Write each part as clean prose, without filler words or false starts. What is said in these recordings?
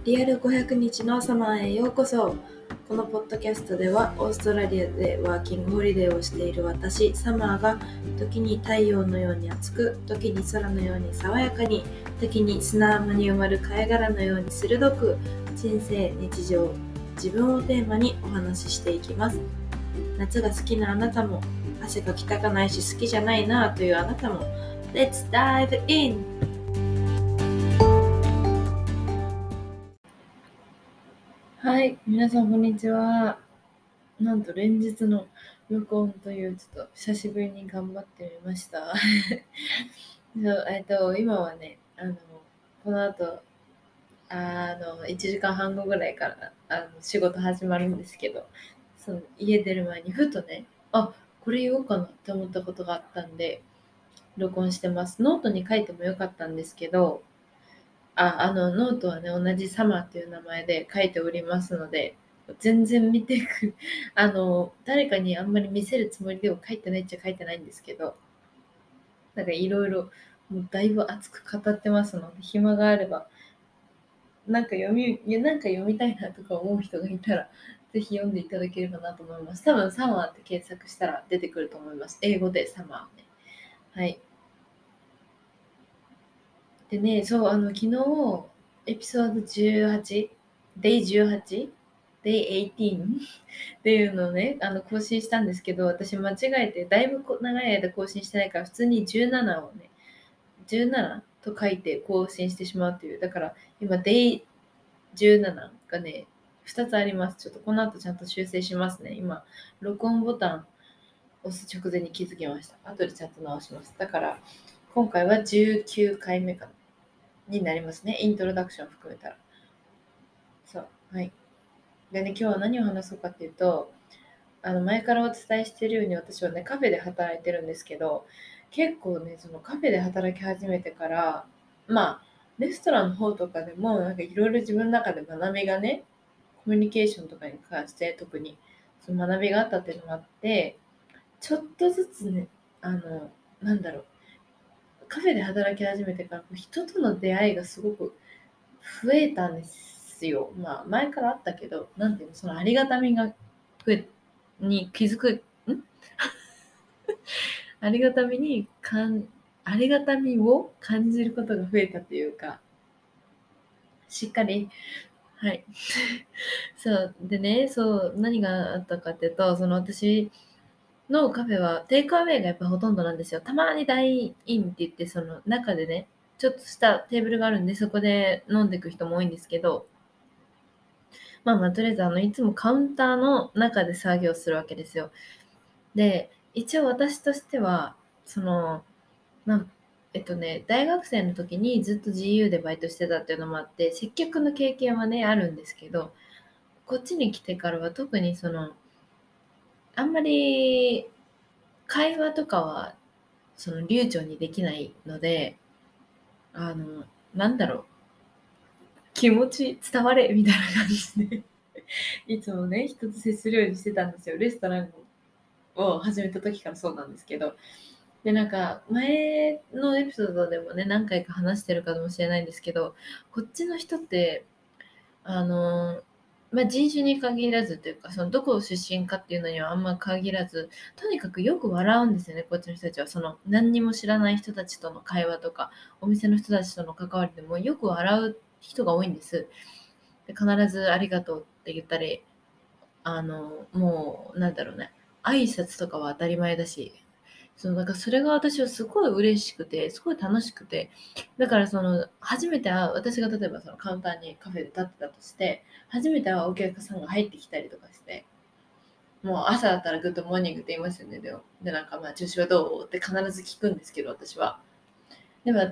リアル500日のサマーへようこそ。このポッドキャストではオーストラリアでワーキングホリデーをしている私サマーが時に太陽のように熱く、時に空のように爽やかに、時に砂浜に埋まる貝殻のように鋭く、人生、日常、自分をテーマにお話ししていきます。夏が好きなあなたも、汗がきたかないし好きじゃないなというあなたも、 Let's dive in! はい、皆さんこんにちは。なんと連日の録音というちょっと久しぶりに頑張ってみました。そう今はね、この後1時間半後ぐらいから仕事始まるんですけど、その家出る前にふとね、これ言おうかなって思ったことがあったんで録音してます。ノートに書いてもよかったんですけど、ノートはね、同じサマーという名前で書いておりますので、全然見てく、誰かにあんまり見せるつもりでは書いてないっちゃ書いてないんですけど、なんかいろいろ、もうだいぶ熱く語ってますので、暇があれば、なんか読みたいなとか思う人がいたら、ぜひ読んでいただければなと思います。多分サマーって検索したら出てくると思います。英語でサマーね。はい。でね、そう、昨日、エピソード18、デイ18、デイ18っていうのをね、更新したんですけど、私間違えて、だいぶ長い間更新してないから、普通に17をね、17と書いて更新してしまうという。だから、今、デイ17がね、2つあります。ちょっとこの後ちゃんと修正しますね。今、録音ボタン押す直前に気づきました。後でちゃんと直します。だから、今回は19回目かな。になりますね。イントロダクション含めたら。そう。はい。でね、今日は何を話そうかっていうと、前からお伝えしているように私はね、カフェで働いてるんですけど、結構ね、そのカフェで働き始めてから、まあ、レストランの方とかでも、なんかいろいろ自分の中で学びがね、コミュニケーションとかに関して特にその学びがあったっていうのがあって、ちょっとずつね、なんだろう、カフェで働き始めてから人との出会いがすごく増えたんですよ。まあ、前からあったけど、なんていうの、そのありがたみがに気づく、ありがたみにありがたみを感じることが増えたというか、しっかり、はい。そう。でね、そう、何があったかっていうと、その私のカフェはテイクアウェイがやっぱほとんどなんですよ。たまにダイインって言って、その中でね、ちょっとしたテーブルがあるんで、そこで飲んでいく人も多いんですけど、まあ、とりあえずいつもカウンターの中で作業するわけですよ。で、一応私としては、その、まあ、大学生の時にずっと GU でバイトしてたっていうのもあって、接客の経験はね、あるんですけど、こっちに来てからは特にあんまり会話とかは、流暢にできないので、あの、なんだろう、気持ち伝われみたいな感じでいつもね、人と接するようにしてたんですよ。レストランを始めた時からそうなんですけど。で、なんか、前のエピソードでもね、何回か話してるかもしれないんですけど、こっちの人って、あの、人種に限らずというか、そのどこ出身かっていうのにはあんま限らず、とにかくよく笑うんですよね、こっちの人たちは。その何にも知らない人たちとの会話とか、お店の人たちとの関わりでもよく笑う人が多いんです。で、必ずありがとうって言ったり、もう、なんだろうね、挨拶とかは当たり前だし、なんかそれが私はすごい嬉しくて、すごい楽しくて、だから初めて私が例えばそのカウンターにカフェで立ってたとして、初めて会うお客さんが入ってきたりとかして、もう朝だったらグッドモーニングって言いますよね、で、なんか調子はどうって必ず聞くんですけど、私は。でも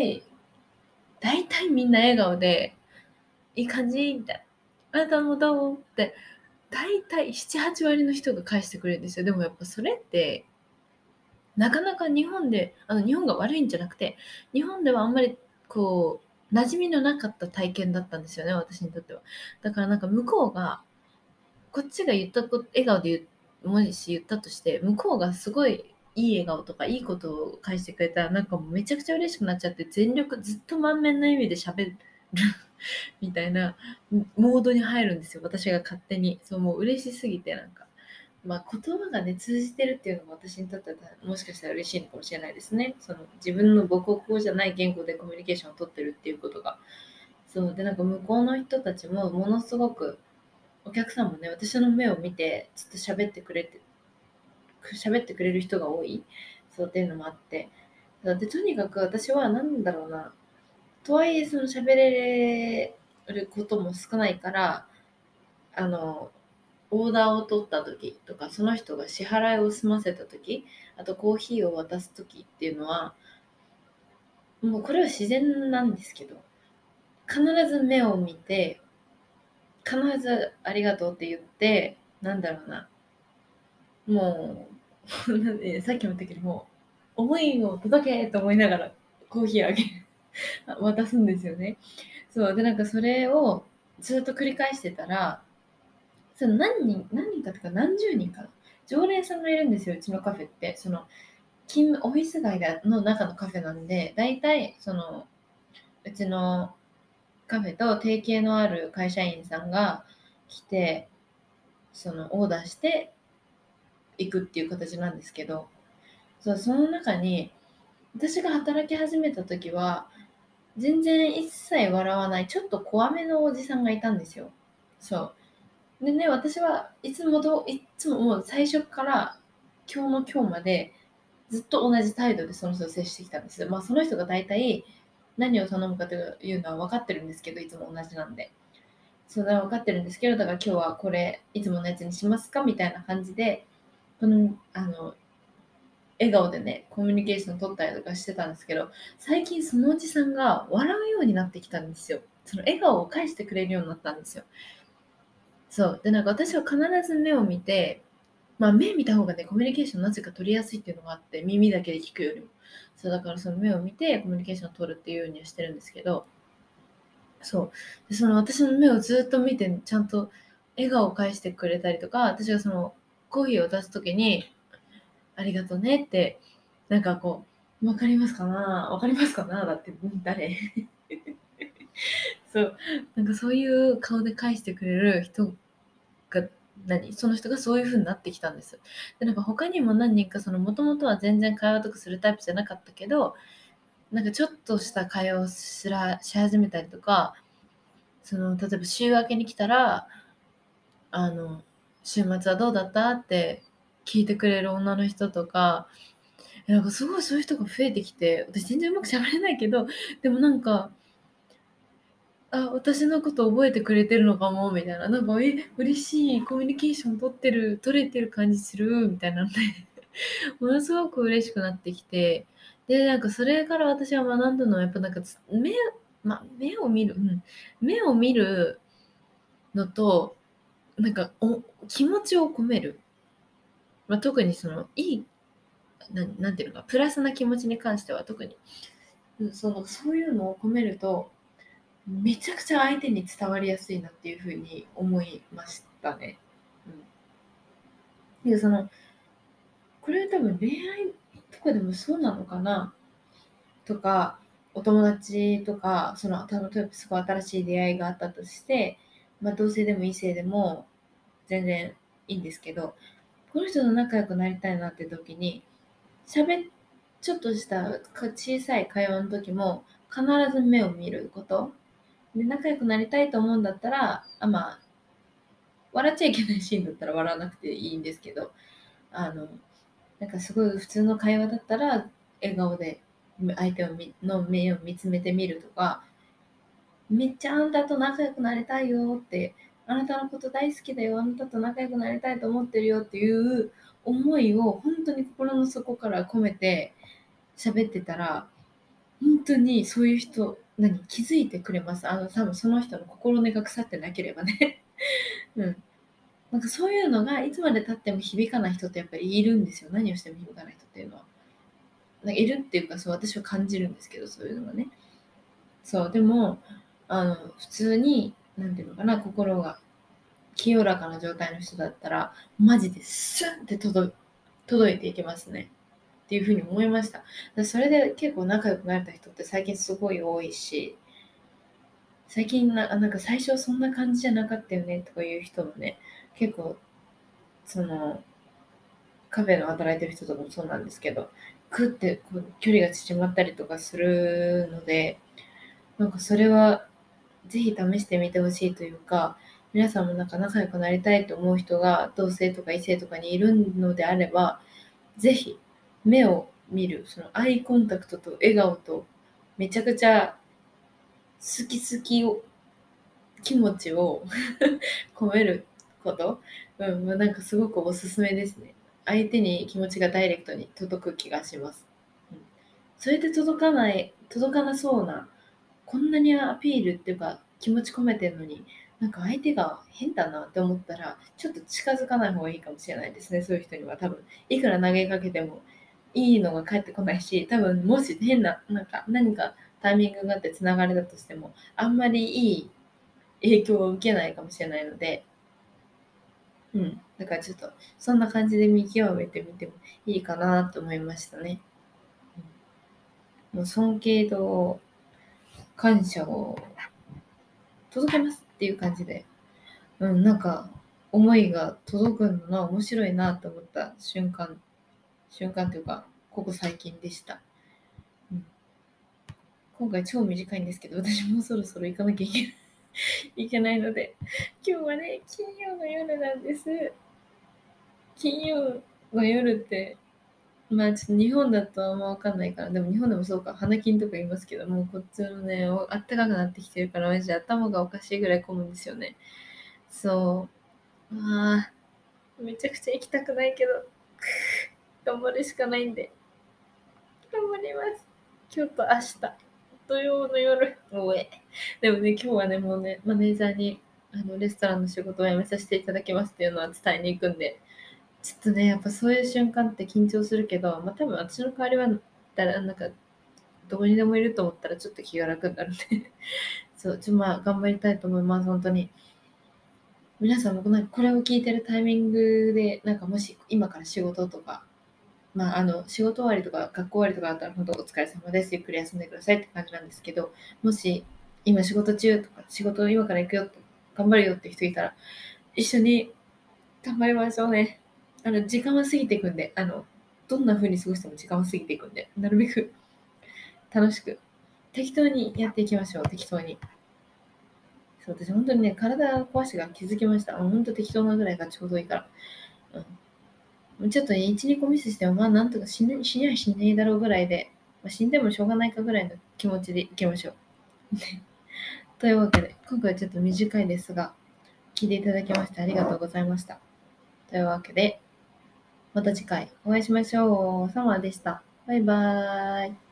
大体みんな笑顔で、いい感じみたいな。あなたもどうって、大体7、8割の人が返してくれるんですよ。でもやっぱそれって、なかなか日本で、日本が悪いんじゃなくて、日本ではあんまり馴染みのなかった体験だったんですよね、私にとっては。だからなんか向こうが、こっちが笑顔でもし言ったとして、向こうがすごいいい笑顔とかいいことを返してくれたら、なんかもうめちゃくちゃ嬉しくなっちゃって、全力、ずっと満面の意味で喋るみたいなモードに入るんですよ、私が勝手に。そう、もう嬉しすぎて、なんか。まあ、言葉がね、通じてるっていうのが私にとってはもしかしたら嬉しいのかもしれないですね。その自分の母国語じゃない言語でコミュニケーションを取ってるっていうことが。そうで、なんか向こうの人たちもものすごく、お客さんもね、私の目を見てずっと喋ってくれる人が多い。そうっていうのもあって。で、とにかく私はなんだろうな。とはいえ、その喋れることも少ないから、あの、オーダーを取った時とか、その人が支払いを済ませた時、あとコーヒーを渡す時っていうのは、もうこれは自然なんですけど、必ず目を見て、必ずありがとうって言って、なんだろうな、もう、さっきも言ったけども、思いを届けと思いながらコーヒーあげ渡すんですよね。そうで、なんかそれをずっと繰り返してたら、その何人かとか何十人かな、常連さんがいるんですよ、うちのカフェって。そのオフィス街の中のカフェなんで、大体そのうちのカフェと提携のある会社員さんが来て、そのオーダーしていくっていう形なんですけど、その中に私が働き始めた時は全然一切笑わないちょっと怖めのおじさんがいたんですよ。そうでね、私いつももう最初から今日の今日までずっと同じ態度でその人と接してきたんですよ。まあその人が大体何を頼むかというのは分かってるんですけど、いつも同じなんで。それは分かってるんですけど、だから今日はこれ、いつものやつにしますかみたいな感じで、笑顔でね、コミュニケーション取ったりとかしてたんですけど、最近そのおじさんが笑うようになってきたんですよ。その笑顔を返してくれるようになったんですよ。そう。で、なんか私は必ず目を見て、まあ目見た方がね、コミュニケーションなぜか取りやすいっていうのがあって、耳だけで聞くよりも。そう、だからその目を見てコミュニケーションを取るっていうようにはしてるんですけど、そう。で、その私の目をずっと見て、ちゃんと笑顔を返してくれたりとか、私がそのコーヒーを出すときに、ありがとうねって、なんかこう、わかりますかなだって、誰そう。なんかそういう顔で返してくれる人が、その人がそういう風になってきたんです。で、なんか他にも何人か、その、もともとは全然会話とかするタイプじゃなかったけど、なんかちょっとした会話をし始めたりとか、その、例えば週明けに来たら、あの、週末はどうだったって聞いてくれる女の人とか、なんかすごいそういう人が増えてきて、私全然うまく喋れないけど、でもなんか、私のこと覚えてくれてるのかもみたいな、なんか、嬉しい、コミュニケーション取れてる感じするみたいなので、ものすごく嬉しくなってきて、で、なんかそれから私は学んだのはやっぱなんか目を見る、目を見るのと、なんか気持ちを込める。まあ、特にそのいい、なんていうのか、プラスな気持ちに関しては特に、そういうのを込めると、めちゃくちゃ相手に伝わりやすいなっていうふうに思いましたね。で、これは多分恋愛とかでもそうなのかなとか、お友達とか、例えばすごい新しい出会いがあったとして、まあ同性でも異性でも全然いいんですけど、この人と仲良くなりたいなって時に、喋っ、ちょっとした小さい会話の時も必ず目を見ること。で、仲良くなりたいと思うんだったら、まあ、笑っちゃいけないシーンだったら笑わなくていいんですけど、あの、なんかすごい普通の会話だったら、笑顔で相手の目を見つめてみるとか、めっちゃあんたと仲良くなりたいよって、あなたのこと大好きだよ、あなたと仲良くなりたいと思ってるよっていう思いを本当に心の底から込めて喋ってたら、本当にそういう人、気づいてくれます。多分その人の心根が腐ってなければね。うん。なんかそういうのがいつまで経っても響かない人ってやっぱりいるんですよ。何をしても響かない人っていうのは。なんかいるっていうか、そう、私は感じるんですけど、そういうのがね。そう、でも、普通に、なんていうのかな、心が清らかな状態の人だったら、マジでスンって届いていきますね。っていうふうに思いました。それで結構仲良くなれた人って最近すごい多いし、 最近なんか最初そんな感じじゃなかったよねとかいう人もね、結構、その、カフェの働いてる人とかもそうなんですけど、クってこう距離が縮まったりとかするので、なんかそれはぜひ試してみてほしいというか、皆さんもなんか仲良くなりたいと思う人が同性とか異性とかにいるのであれば、ぜひ目を見る、そのアイコンタクトと笑顔とめちゃくちゃ好き好きを気持ちを込めること、なんかすごくおすすめですね。相手に気持ちがダイレクトに届く気がします。うん、それで届かなそうな、こんなにアピールっていうか気持ち込めてるのに、なんか相手が変だなって思ったら、ちょっと近づかない方がいいかもしれないですね。そういう人には多分、いくら投げかけてもいいのが返ってこないし、多分もし変な、なんか何かタイミングがあってつながれたとしても、あんまりいい影響を受けないかもしれないので、だからちょっとそんな感じで見極めてみてもいいかなと思いましたね。もう尊敬と感謝を届けますっていう感じで、なんか思いが届くのな面白いなと思った瞬間というか、ここ最近でした。うん、今回超短いんですけど、私もうそろそろ行かなきゃいけないので、今日はね、金曜の夜なんです。金曜の夜って、まあちょっと日本だとあんまわかんないから、でも日本でもそうか、花金とか言いますけども、こっちのね、あったかくなってきてるから、マジで頭がおかしいぐらい混むんですよね。そう。めちゃくちゃ行きたくないけど、頑張るしかないんで、頑張ります。今日と明日、土曜の夜、でもね、今日はね、もうね、マネージャーに、レストランの仕事を辞めさせていただきますっていうのは伝えに行くんで、ちょっとね、やっぱそういう瞬間って緊張するけど、多分私の代わりは、なんか、どこにでもいると思ったらちょっと気が楽になるんでそう、頑張りたいと思います、本当に。皆さんもなんかこれを聞いてるタイミングで、なんかもし今から仕事とか、仕事終わりとか学校終わりとかだったら、本当お疲れ様です。ゆっくり休んでくださいって感じなんですけど、もし今仕事中とか、仕事今から行くよとか、頑張るよって人いたら、一緒に頑張りましょうね。時間は過ぎていくんで、どんな風に過ごしても時間は過ぎていくんで、なるべく楽しく、適当にやっていきましょう、適当に。そう、私本当にね、体壊してから気づきました。本当適当なぐらいがちょうどいいから。ちょっとね、1、2個ミスしても、なんとか死にゃ死んねえだろうぐらいで、死んでもしょうがないかぐらいの気持ちでいきましょう。というわけで、今回はちょっと短いですが、聞いていただきましてありがとうございました。というわけで、また次回お会いしましょう。サマーでした。バイバーイ。